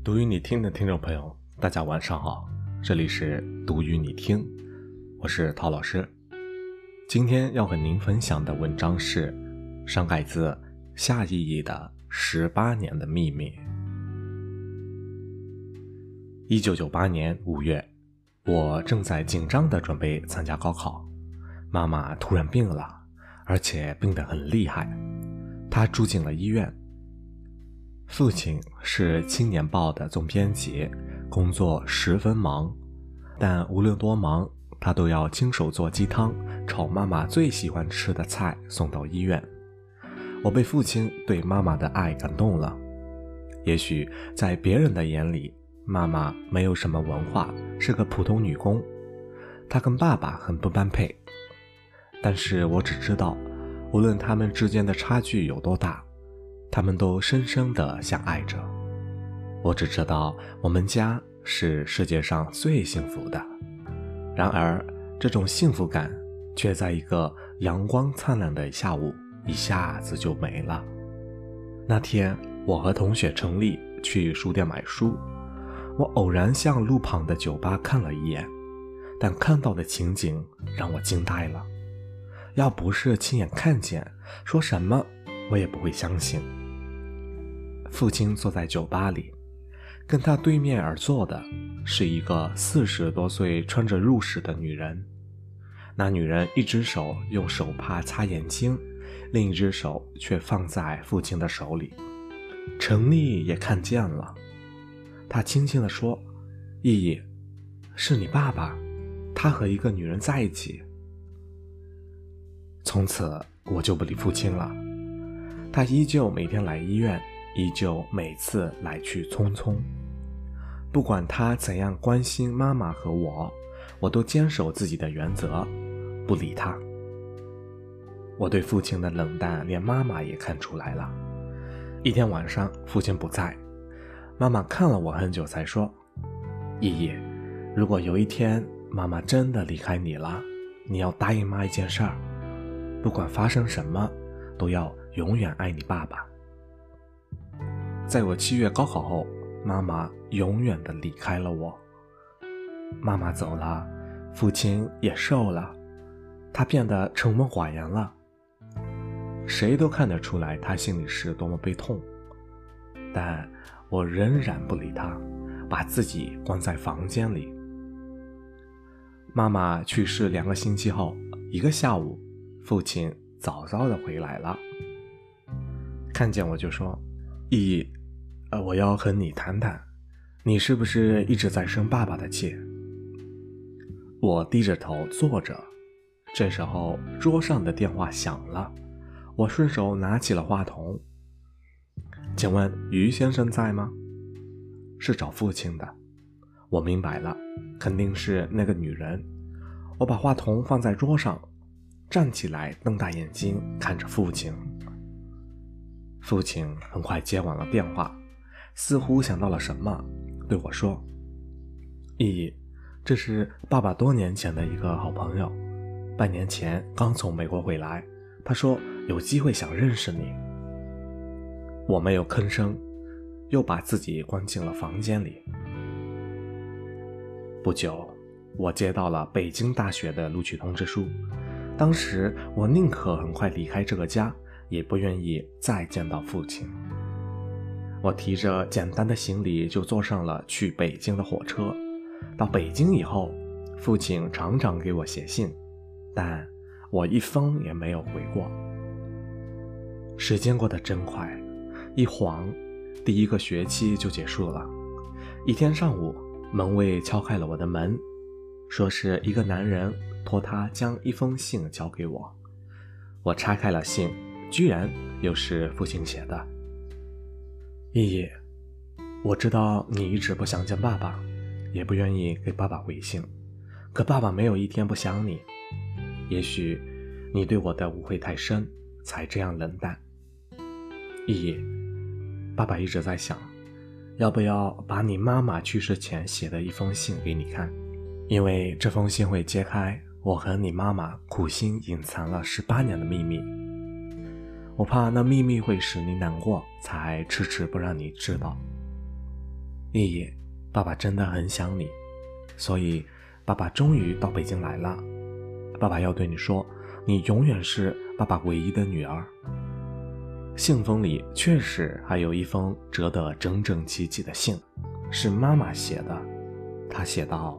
读与你听的听众朋友，大家晚上好，这里是读与你听，我是陶老师。今天要和您分享的文章是上改自夏意义的18年的秘密。1998年5月，我正在紧张地准备参加高考，妈妈突然病了，而且病得很厉害，她住进了医院。父亲是青年报的总编辑，工作十分忙，但无论多忙，他都要亲手做鸡汤，炒妈妈最喜欢吃的菜送到医院。我被父亲对妈妈的爱感动了。也许在别人的眼里，妈妈没有什么文化，是个普通女工，她跟爸爸很不般配。但是我只知道，无论他们之间的差距有多大，他们都深深地相爱着。我只知道我们家是世界上最幸福的。然而这种幸福感却在一个阳光灿烂的下午一下子就没了。那天我和同学程丽去书店买书，我偶然向路旁的酒吧看了一眼，但看到的情景让我惊呆了。要不是亲眼看见，说什么我也不会相信。父亲坐在酒吧里，跟他对面而坐的是一个40多岁穿着入时的女人。那女人一只手用手帕擦眼睛，另一只手却放在父亲的手里。程丽也看见了，她轻轻地说：意义，是你爸爸，他和一个女人在一起。从此我就不理父亲了，他依旧每天来医院，依旧每次来去匆匆。不管他怎样关心妈妈和我都坚守自己的原则，不理他。我对父亲的冷淡连妈妈也看出来了。一天晚上父亲不在，妈妈看了我很久才说：意义，如果有一天妈妈真的离开你了，你要答应妈一件事儿，不管发生什么都要永远爱你爸爸。在我7月高考后，妈妈永远地离开了我。妈妈走了，父亲也瘦了，他变得沉默寡言了。谁都看得出来他心里是多么悲痛，但我仍然不理他，把自己关在房间里。妈妈去世2个星期后，一个下午，父亲早早地回来了，看见我就说：意义，我要和你谈谈，你是不是一直在生爸爸的气？我低着头坐着，这时候桌上的电话响了，我顺手拿起了话筒。请问于先生在吗？是找父亲的。我明白了，肯定是那个女人。我把话筒放在桌上，站起来瞪大眼睛看着父亲。父亲很快接完了电话，似乎想到了什么，对我说：意义，这是爸爸多年前的一个好朋友，半年前刚从美国回来，他说有机会想认识你。我没有吭声，又把自己关进了房间里。不久，我接到了北京大学的录取通知书。当时我宁可很快离开这个家，也不愿意再见到父亲。我提着简单的行李就坐上了去北京的火车。到北京以后，父亲常常给我写信，但我一封也没有回过。时间过得真快，一晃第1个学期就结束了。一天上午，门卫敲开了我的门，说是一个男人托他将一封信交给我。我拆开了信，居然又是父亲写的。意义，我知道你一直不想见爸爸，也不愿意给爸爸回信，可爸爸没有一天不想你。也许你对我的误会太深，才这样冷淡。意义，爸爸一直在想，要不要把你妈妈去世前写的一封信给你看，因为这封信会揭开我和你妈妈苦心隐藏了18年的秘密。我怕那秘密会使你难过，才迟迟不让你知道。 意义，爸爸真的很想你，所以爸爸终于到北京来了。爸爸要对你说，你永远是爸爸唯一的女儿。信封里确实还有一封折得整整齐齐的信，是妈妈写的。她写道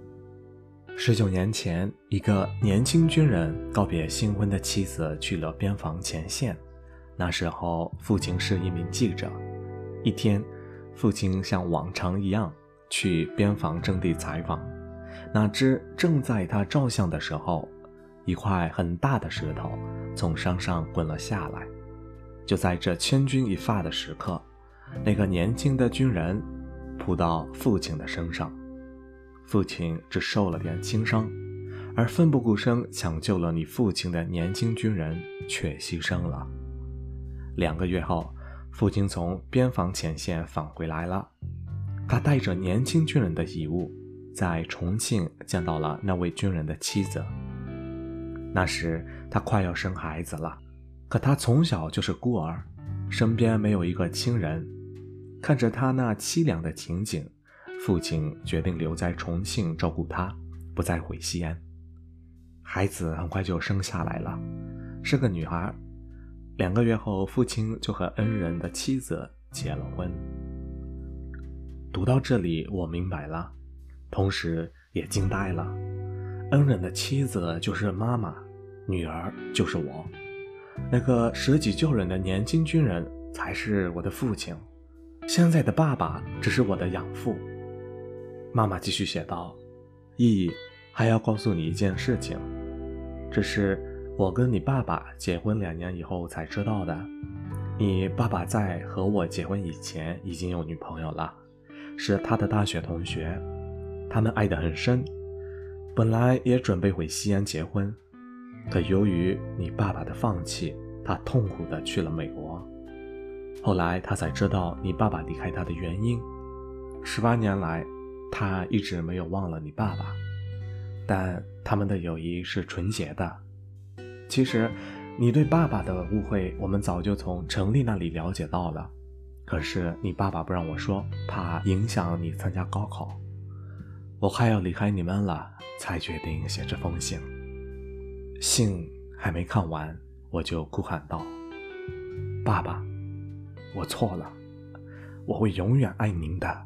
：19年前，一个年轻军人告别新婚的妻子去了边防前线。那时候父亲是一名记者。一天，父亲像往常一样去边防阵地采访，哪知正在他照相的时候，一块很大的石头从山上滚了下来。就在这千钧一发的时刻，那个年轻的军人扑到父亲的身上，父亲只受了点轻伤，而奋不顾身抢救了你父亲的年轻军人却牺牲了。2个月后，父亲从边防前线返回来了，他带着年轻军人的遗物，在重庆见到了那位军人的妻子。那时他快要生孩子了，可他从小就是孤儿，身边没有一个亲人。看着他那凄凉的情景，父亲决定留在重庆照顾他，不再回西安。孩子很快就生下来了，是个女孩。2个月后，父亲就和恩人的妻子结了婚。读到这里，我明白了，同时也惊呆了。恩人的妻子就是妈妈，女儿就是我。那个舍己救人的年轻军人才是我的父亲，现在的爸爸只是我的养父。妈妈继续写道：意义，还要告诉你一件事情，这是我跟你爸爸结婚2年以后才知道的。你爸爸在和我结婚以前已经有女朋友了，是他的大学同学，他们爱得很深，本来也准备回西安结婚，可由于你爸爸的放弃，他痛苦地去了美国。后来他才知道你爸爸离开他的原因。18年来，他一直没有忘了你爸爸，但他们的友谊是纯洁的。其实你对爸爸的误会，我们早就从陈丽那里了解到了，可是你爸爸不让我说，怕影响你参加高考。我快要离开你们了，才决定写这封信。信还没看完，我就哭喊道：爸爸，我错了，我会永远爱您的。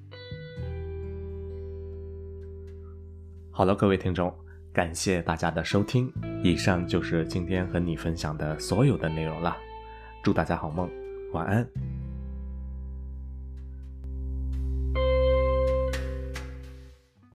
好了，各位听众，感谢大家的收听，以上就是今天和你分享的所有的内容了。祝大家好梦，晚安。